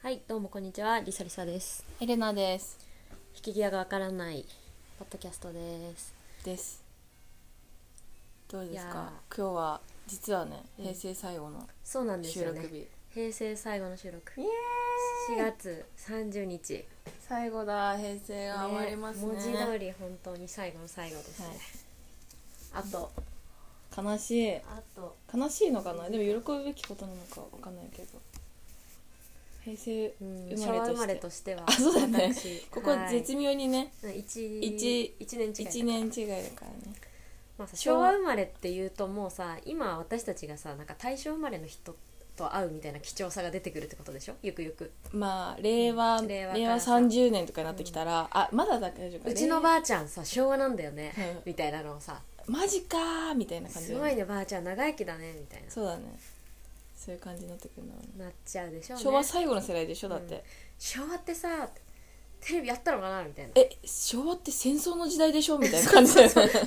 はい、どうもこんにちは、リサリサです。 エレナです。 引き際がわからないポッドキャストです。 どうですか。今日は実はね、平成最後のそうなんですよね。 収録日。 平成最後の収録。 イエーイ。 4月30日。 最後だ。平成が終わりますね。 文字通り本当に最後の最後ですね。はい、あと悲しい。悲しいのかな。でも喜ぶべきことなのかわかんないけど。平成生まれとしては、 あ、そうだね。ここ絶妙にね、 1 年違いだからね。 まあさ、昭和生まれっていうともうさ、今私たちがさ、なんか大正生まれの人と会うみたいな貴重さが出てくるってことでしょ。ゆくゆく。 まあ令和30年とかになってきたら、あ、まだ大丈夫か。 うちのばあちゃんさ昭和なんだよね、みたいなのをさ、 マジかーみたいな感じすごいね、ばあちゃん長生きだねみたいな。 そうだね。そういう感じになってくるのなっちゃうでしょうね。 昭和最後の世代でしょ、だって、 昭和ってさテレビやったのかなみたいな。 昭和って戦争の時代でしょみたいな感じでそう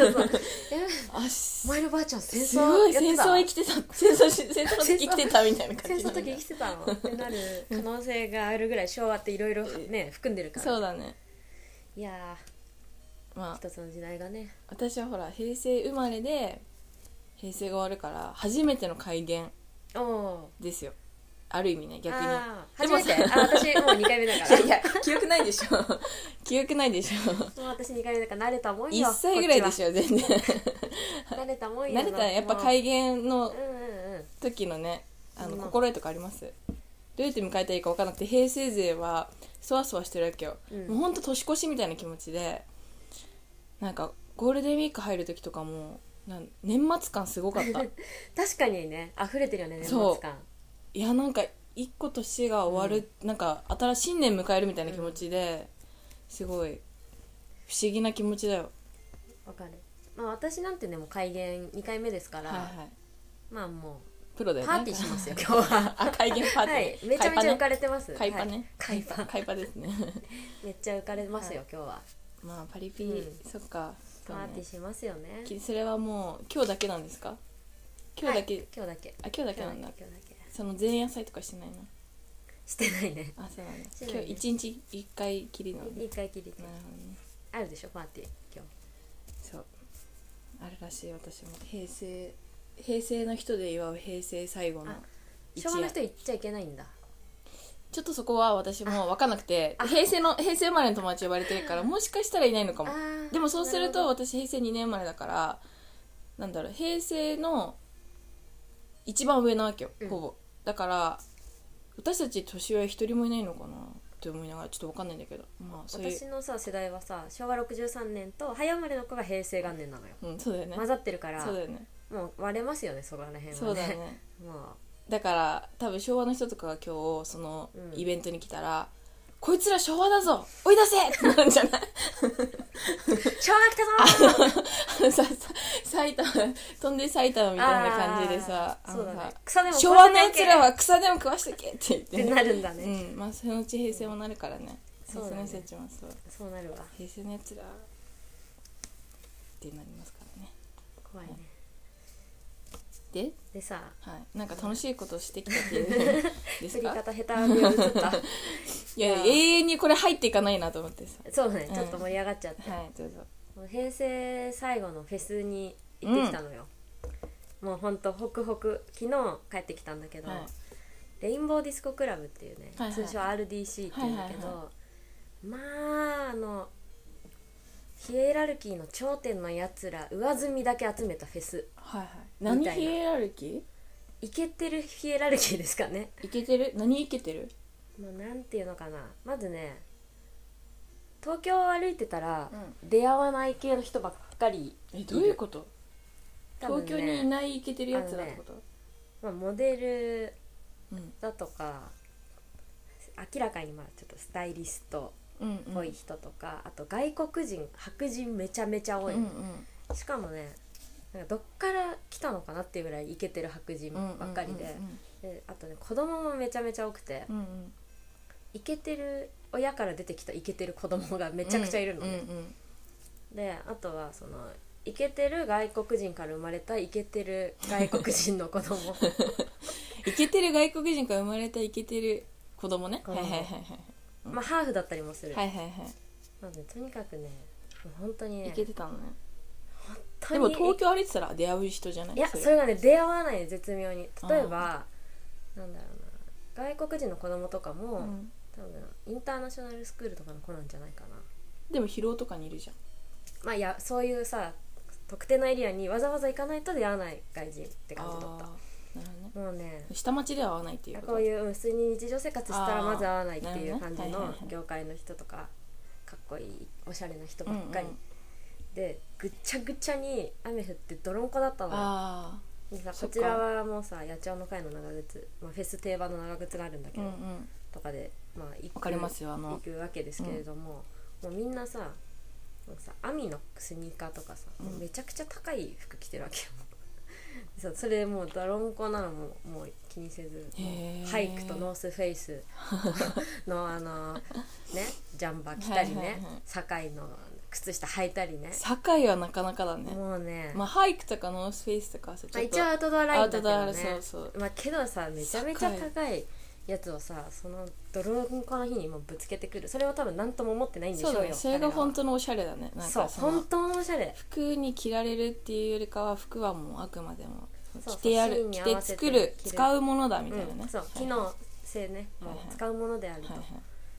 お前のばあちゃん戦争やってた、 戦争生きてた、戦争の時生きてたみたいな感じ、 戦争の時生きてたのってなる可能性があるぐらい昭和っていろいろね含んでるから。 そうだね。 いやー、まあ一つの時代がね。 私はほら平成生まれで平成が終わるから初めての改元ですよ、ある意味ね。逆に初めて。私もう2回目だからいや記憶ないでしょ記憶ないでしょ。 もう私2回目だから慣れたもんよ。 1歳ぐらいでしょ全然慣れたもんよ。 慣れた。やっぱ改元の時のね、心得とかあります？どうやって迎えたらいいか分からなくて、平成勢はそわそわしてるわけよ、もうほんと年越しみたいな気持ちで、なんかゴールデンウィーク入る時とかも年末感すごかった確かにね、溢れてるよね、年末感。 いや、なんか一個年が終わる、なんか新しい新年迎えるみたいな気持ちで、すごい不思議な気持ちだよ。 わかる。まあ私なんてね、もう改元2回目ですから、まあもうプロだよね。 パーティーしますよ今日は改元パーティー、 はい、めちゃめちゃ浮かれてます。 海パね、 海パですねめっちゃ浮かれますよ、今日は。 まあパリピ、そっか、 パーティーしますよね。 それはもう今日だけなんですか？今日だけ。 今日だけ。 あ、今日だけなんだ。その前夜祭とかしてないの？ してないね。 あ、そうだね。今日一日一回きりなの。 一回きり。 なるほどね。 あるでしょパーティー今日。そうあるらしい。私も平成の人で祝う平成最後の一夜。昭和の人言っちゃいけないんだ。 ちょっとそこは私も分かんなくて、平成生まれの友達呼ばれてるから、もしかしたらいないのかも。でもそうすると私平成2年生まれだから、なんだろう、平成の一番上なわけよ、ほぼ。だから私たち年上一人もいないのかなって思いながら、ちょっと分かんないんだけど、まあ私のさ世代はさ、昭和63年と早生まれの子が平成元年なのよ。 そうだよね。 混ざってるから。 そうだよね。 もう割れますよね、そこら辺はね。 そうだよねまあだから多分昭和の人とかが今日そのイベントに来たら、こいつら昭和だぞ追い出せってなるんじゃない昭和来たぞ埼玉飛んで埼玉みたいな感じでさ、 そうだね、 昭和のやつらは草でも食わしてけって言って、 なるんだね。 まあそのうち平成もなるからね。 平成の人たちもそうなるわ。 平成のやつらってなりますからね。 怖いね。 でさ、 なんか楽しいことしてきたっていうですか？ 振り方下手に映ったいや、永遠にこれ入っていかないなと思ってさ。 そうね、ちょっと盛り上がっちゃって、 どうぞ。 平成最後のフェスに行ってきたのよ、もうほんとホクホク。昨日帰ってきたんだけど、レインボーディスコクラブっていうね、通称 RDC っていうんだけど、まあヒエラルキーの頂点のやつら上積みだけ集めたフェス。 何ヒエラルキー？ イケてるヒエラルキーですかね。 イケてる？何イケてる？ なんていうのかな。まずね、東京を歩いてたら、出会わない系の人ばっかりいる。 どういうこと？東京にいないイケてるやつだってこと？ モデルだとか、明らかにちょっとスタイリストっぽい人とか、あと外国人、白人めちゃめちゃ多い、しかもね、なんかどっから来たのかなっていうぐらいイケてる白人ばっかりで、あとね子供もめちゃめちゃ多くて、イケてる親から出てきたイケてる子供がめちゃくちゃいるのね。であとはそのイケてる外国人から生まれたイケてる外国人の子供イケてる外国人から生まれたイケてる子供ね。 子供はいはいはいはい。 まあハーフだったりもする。 はいはいはい。 なのでとにかくね、本当にね、 いけてたのね。 本当でにも東京歩いてたら出会う人じゃない？ いや、それがね出会わない絶妙に。例えばなんだろうな、外国人の子供とかも、多分インターナショナルスクールとかの子なんじゃないかな。 でも広尾とかにいるじゃん。 まあいや、そういうさ特定のエリアにわざわざ行かないと出会わない外人って感じだった。 なるほもうね、 下町では会わないっていうこと。 こういう普通に日常生活したらまず会わないっていう感じの業界の人とか、かっこいいおしゃれな人ばっかり、でぐちゃぐちゃに雨降って泥んこだったのよ。でさ、こちらはもうさ、野鳥の会の長靴、まあ、フェス定番の長靴があるんだけど、とかで、まあ、行くわけですけれども、もうみんなさ、アミのスニーカーとかさ、もうめちゃくちゃ高い服着てるわけよそう、それもう泥んこなのももう気にせず、ハイクとノースフェイスのね、ジャンバー着たりね、堺の靴下履いたりね。 堺はなかなかだね。 もうね、 まあハイクとかノースフェイスとかさ、ちょっと一応アウトドアラインだけどね。 そうそう。 まあけどさ、めちゃめちゃ高いやつをさ、その泥んこの日にもぶつけてくる。それは多分何とも思ってないんでしょうよ。 そうだね、それが本当のおしゃれだね。 なんか本当のおしゃれ。 服に着られるっていうよりかは、服はもうあくまでも着て作る、使うものだみたいなね。 そう、機能性ね、もう使うものであると。もうさ、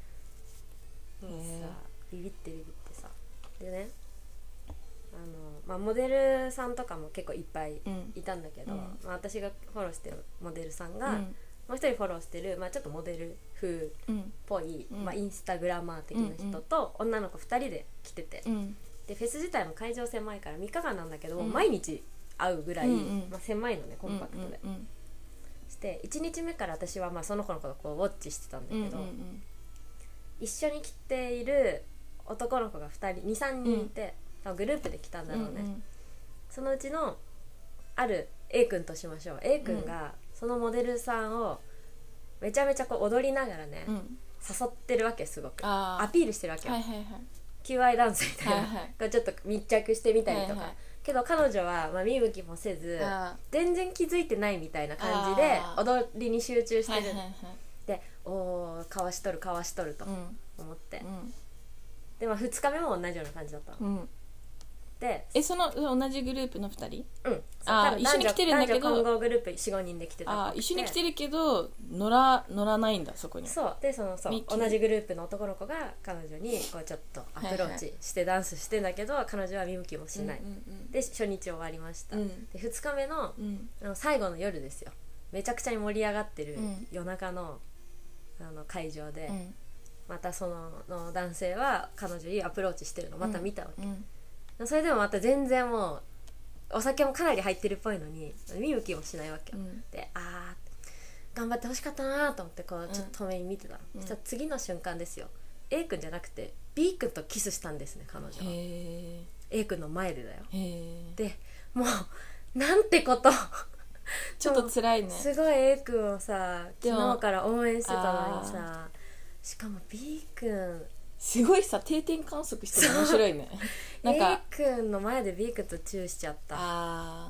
ビビってさ。でね、まあ、モデルさんとかも結構いっぱいいたんだけど、まあ、私がフォローしてるモデルさんが、もう一人フォローしてる、まあ、ちょっとモデル風っぽい、まあ、インスタグラマー的な人と女の子2人で来てて、でフェス自体も会場狭いから3日間なんだけど、毎日会うぐらい、まあ、狭いのね、コンパクトで、して1日目から私はまあその子のことをこうウォッチしてたんだけど、一緒に来ている男の子が23人いて、グループで来たんだろうね、そのうちのある A 君としましょう。 A 君がそのモデルさんをめちゃめちゃこう踊りながらね、誘ってるわけ、すごくアピールしてるわけよ、求愛ダンスみたいな、ちょっと密着してみたりとか、けど彼女は、まあ、見向きもせず全然気づいてないみたいな感じで踊りに集中してる、で、おー、かわしとると思って、で、まあ、2日目も同じような感じだったの、で、 その同じグループの2人、 一緒に来てるんだけど、男女混合グループ 4,5 人で来てた。 一緒に来てるけど乗らないんだ、そこに。 そうで、同じグループの男の子が彼女にこうちょっとアプローチしてダンスしてんだけど、彼女は見向きもしない、で初日終わりました、で2日目の、最後の夜ですよ。めちゃくちゃに盛り上がってる夜中の、会場で、またその男性は彼女にアプローチしてるのまた見たわけ、それでもまた全然もうお酒もかなり入ってるっぽいのに見向きもしないわけよ、で、頑張ってほしかったなと思ってこうちょっと遠目に見てたの、そしたら次の瞬間ですよ、 A 君じゃなくて B 君とキスしたんですね、彼女は。A 君の前でだよ。で、もうなんてことちょっと辛いね。 すごい A 君をさ、昨日から応援してたのにさ、しかも B 君すごいさ、定点観測して面白いねなんか A 君の前で B 君とチューしちゃった。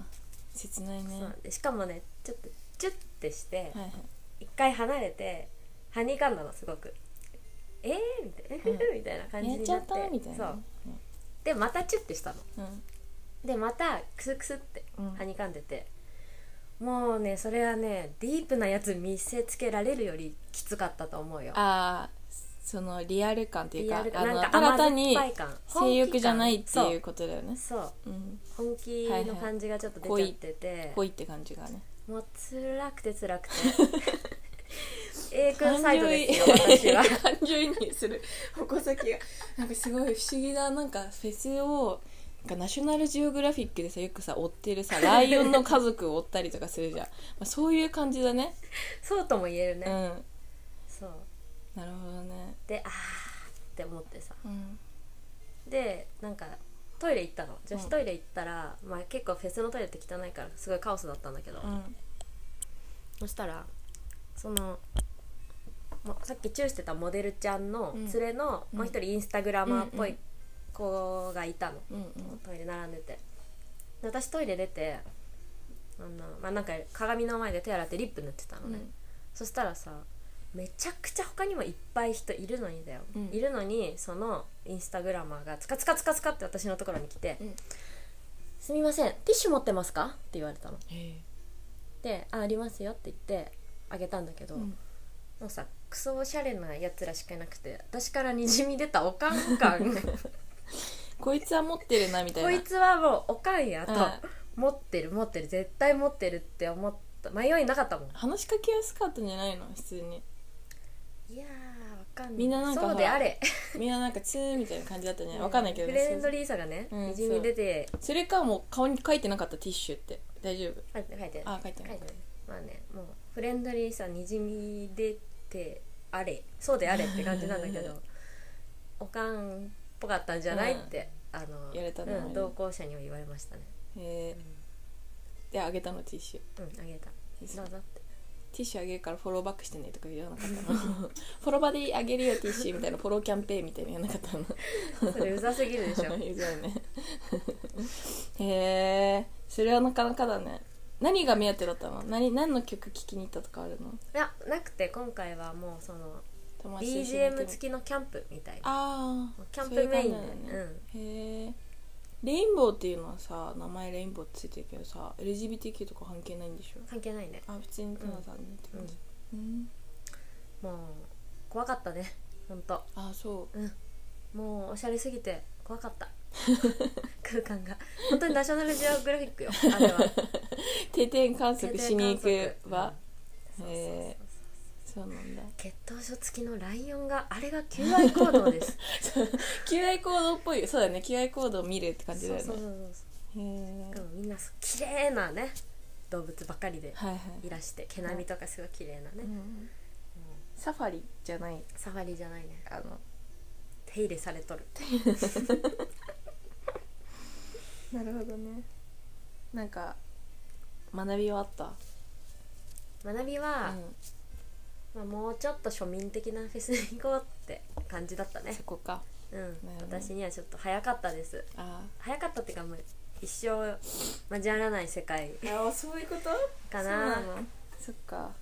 切ないね。 でしかもね、ちょっとチュッてして一回離れてはにかんだの、すごくみたいなみたいな感じになって、 やっちゃったみたいな。 そうでまたチュッてしたの、でまたクスクスってはにかんでて、もうね、それはね、ディープなやつ見せつけられるよりきつかったと思うよ。 そのリアル感っていうか、 なんかただ単に甘酸っぱい感、 性欲じゃないっていうことだよね。 そう、本気の感じがちょっと出ちゃってて、 恋って感じがね、 もう辛くてA 君サイドですよ、私は感情移入する矛先がなんかすごい不思議な、なんかフェスをなんかナショナルジオグラフィックでさ、よくさ追ってるさ、ライオンの家族を追ったりとかするじゃんそういう感じだね。 そうとも言えるね、そう、 なるほどね。 で、って思ってさ、で、なんかトイレ行ったの、女子トイレ行ったら、まあ、結構フェスのトイレって汚いからすごいカオスだったんだけど、そしたらさっきチューしてたモデルちゃんの連れの、もう一人インスタグラマーっぽい子がいたの、トイレ並んでて、で私トイレ出てまあ、なんか鏡の前で手洗ってリップ塗ってたのね、そしたらさ、 めちゃくちゃ他にもいっぱい人いるのにだよ、いるのにそのインスタグラマーがツカツカツカツカって私のところに来て、すみませんティッシュ持ってますかって言われたので、ありますよって言ってあげたんだけど、もうさクソおしゃれなやつらしかいなくて、私からにじみ出たおかん感こいつは持ってるなみたいな、 こいつはもうおかんやと、持ってる絶対持ってるって思った、迷いなかったもん。 話しかけやすかったんじゃないの普通に。 いやーわかんない、 みんななんかそうであれみんななんかツーみたいな感じだったんじゃない、わかんないけど、 フレンドリーさがね、にじみ出て、 それかもう顔に書いてなかったティッシュって大丈夫？ 書いてない書いてない。 まあね、もうフレンドリーさにじみ出てあれ、そうであれって感じなんだけどおかんっぽかったんじゃないって、 言われたの、 同行者には言われましたね。 であげたのティッシュ。 あげた、どうぞって。 ティッシュあげるからフォローバックしてねとか言わなかったのフォローバーであげるよティッシュみたいなフォローキャンペーンみたいな言わなかったのそれうざすぎるでしょうざいねへえ、それはなかなかだね。何が目当てだったの？何の曲聴きに行ったとかあるの？ いやなくて、今回はもうその BGM 付きのキャンプみたいな、キャンプメインで、 へえ。レインボーっていうのはさ、名前レインボーってついてるけどさ、 LGBTQ とか関係ないんでしょ？ 関係ないね。 普通にたださんって感じ。 もう怖かったね、ほんと。 そう、 もうおしゃれすぎて怖かった空間が本当にナショナルジオグラフィックよあれは定点観測しに行くは、そうなんだ。 血統書付きのライオンが、あれが QI コードです QI コードっぽい。そうだよね、 QI コードを見るって感じだよね。 みんな綺麗なね動物ばかりでいらして、毛並みとかすごい綺麗なね、 サファリじゃない、 サファリじゃないね、手入れされとるなるほどね。なんか学びはあった？ 学びは、もうちょっと庶民的なフェスに行こうって感じだったね。 そこか。 私にはちょっと早かったです。早かったっていうか、もう一生交わらない世界そういうことかな。 そっか、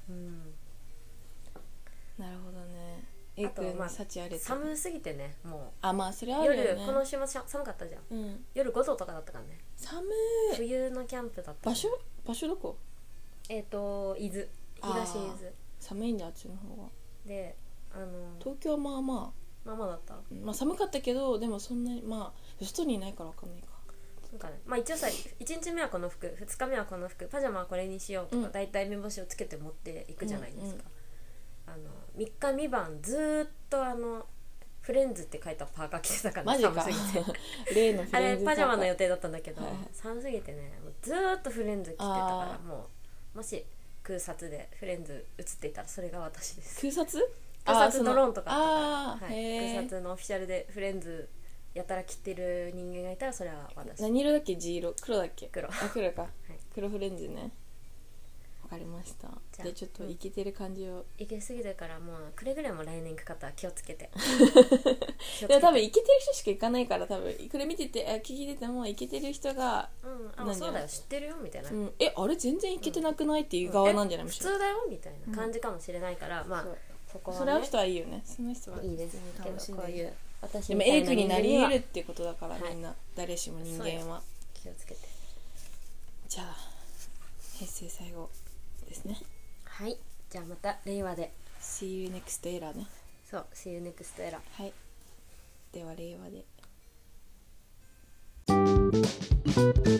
なるほどね。 あと寒すぎてね、もうそれあるよね。 夜この週末寒かったじゃん、夜5度とかだったからね。 寒い。 冬のキャンプだった、 場所どこ？ 伊豆、東伊豆。 寒いんだ、あっちの方が。 で東京はまあだった、 寒かったけど、でもそんなに外にいないから分かんないか。 そうかね。一応さ、1日目はこの服、2日目はこの服、パジャマはこれにしようとか、だいたい目星をつけて持っていくじゃないですか。3日3晩ずーっとフレンズって書いたパーカー着てたから、 ね、寒すぎて例のフレンズあれパジャマの予定だったんだけど、寒すぎてね、もうずーっとフレンズ着てたから、もし空撮でフレンズ映っていたらそれが私です。 空撮ドローンとかあったから、空撮のオフィシャルでフレンズやたら着てる人間がいたらそれは私。 何色だっけ？地色？黒だっけ？ 黒。 黒か、黒フレンズね。わかりました。でちょっとイケてる感じを、 イケすぎるから、もうくれぐれも来年行く方は気をつけていや多分イケてる人しか行かないから、多分これ見てて聞いててもイケてる人が、 そうだよ知ってるよみたいな、 あれ全然イケてなくないっていう側なんじゃない？ 普通だよみたいな感じかもしれないから、そこはね、 それは人はいいよね。その人はいいですけど、こういう私でもエイクになり得るってことだから、みんな誰しも人間は気をつけて。じゃあ平成最後ですね。 はい、じゃあまた令和で See you next era ね。 そう See you next era。 はい、では令和で。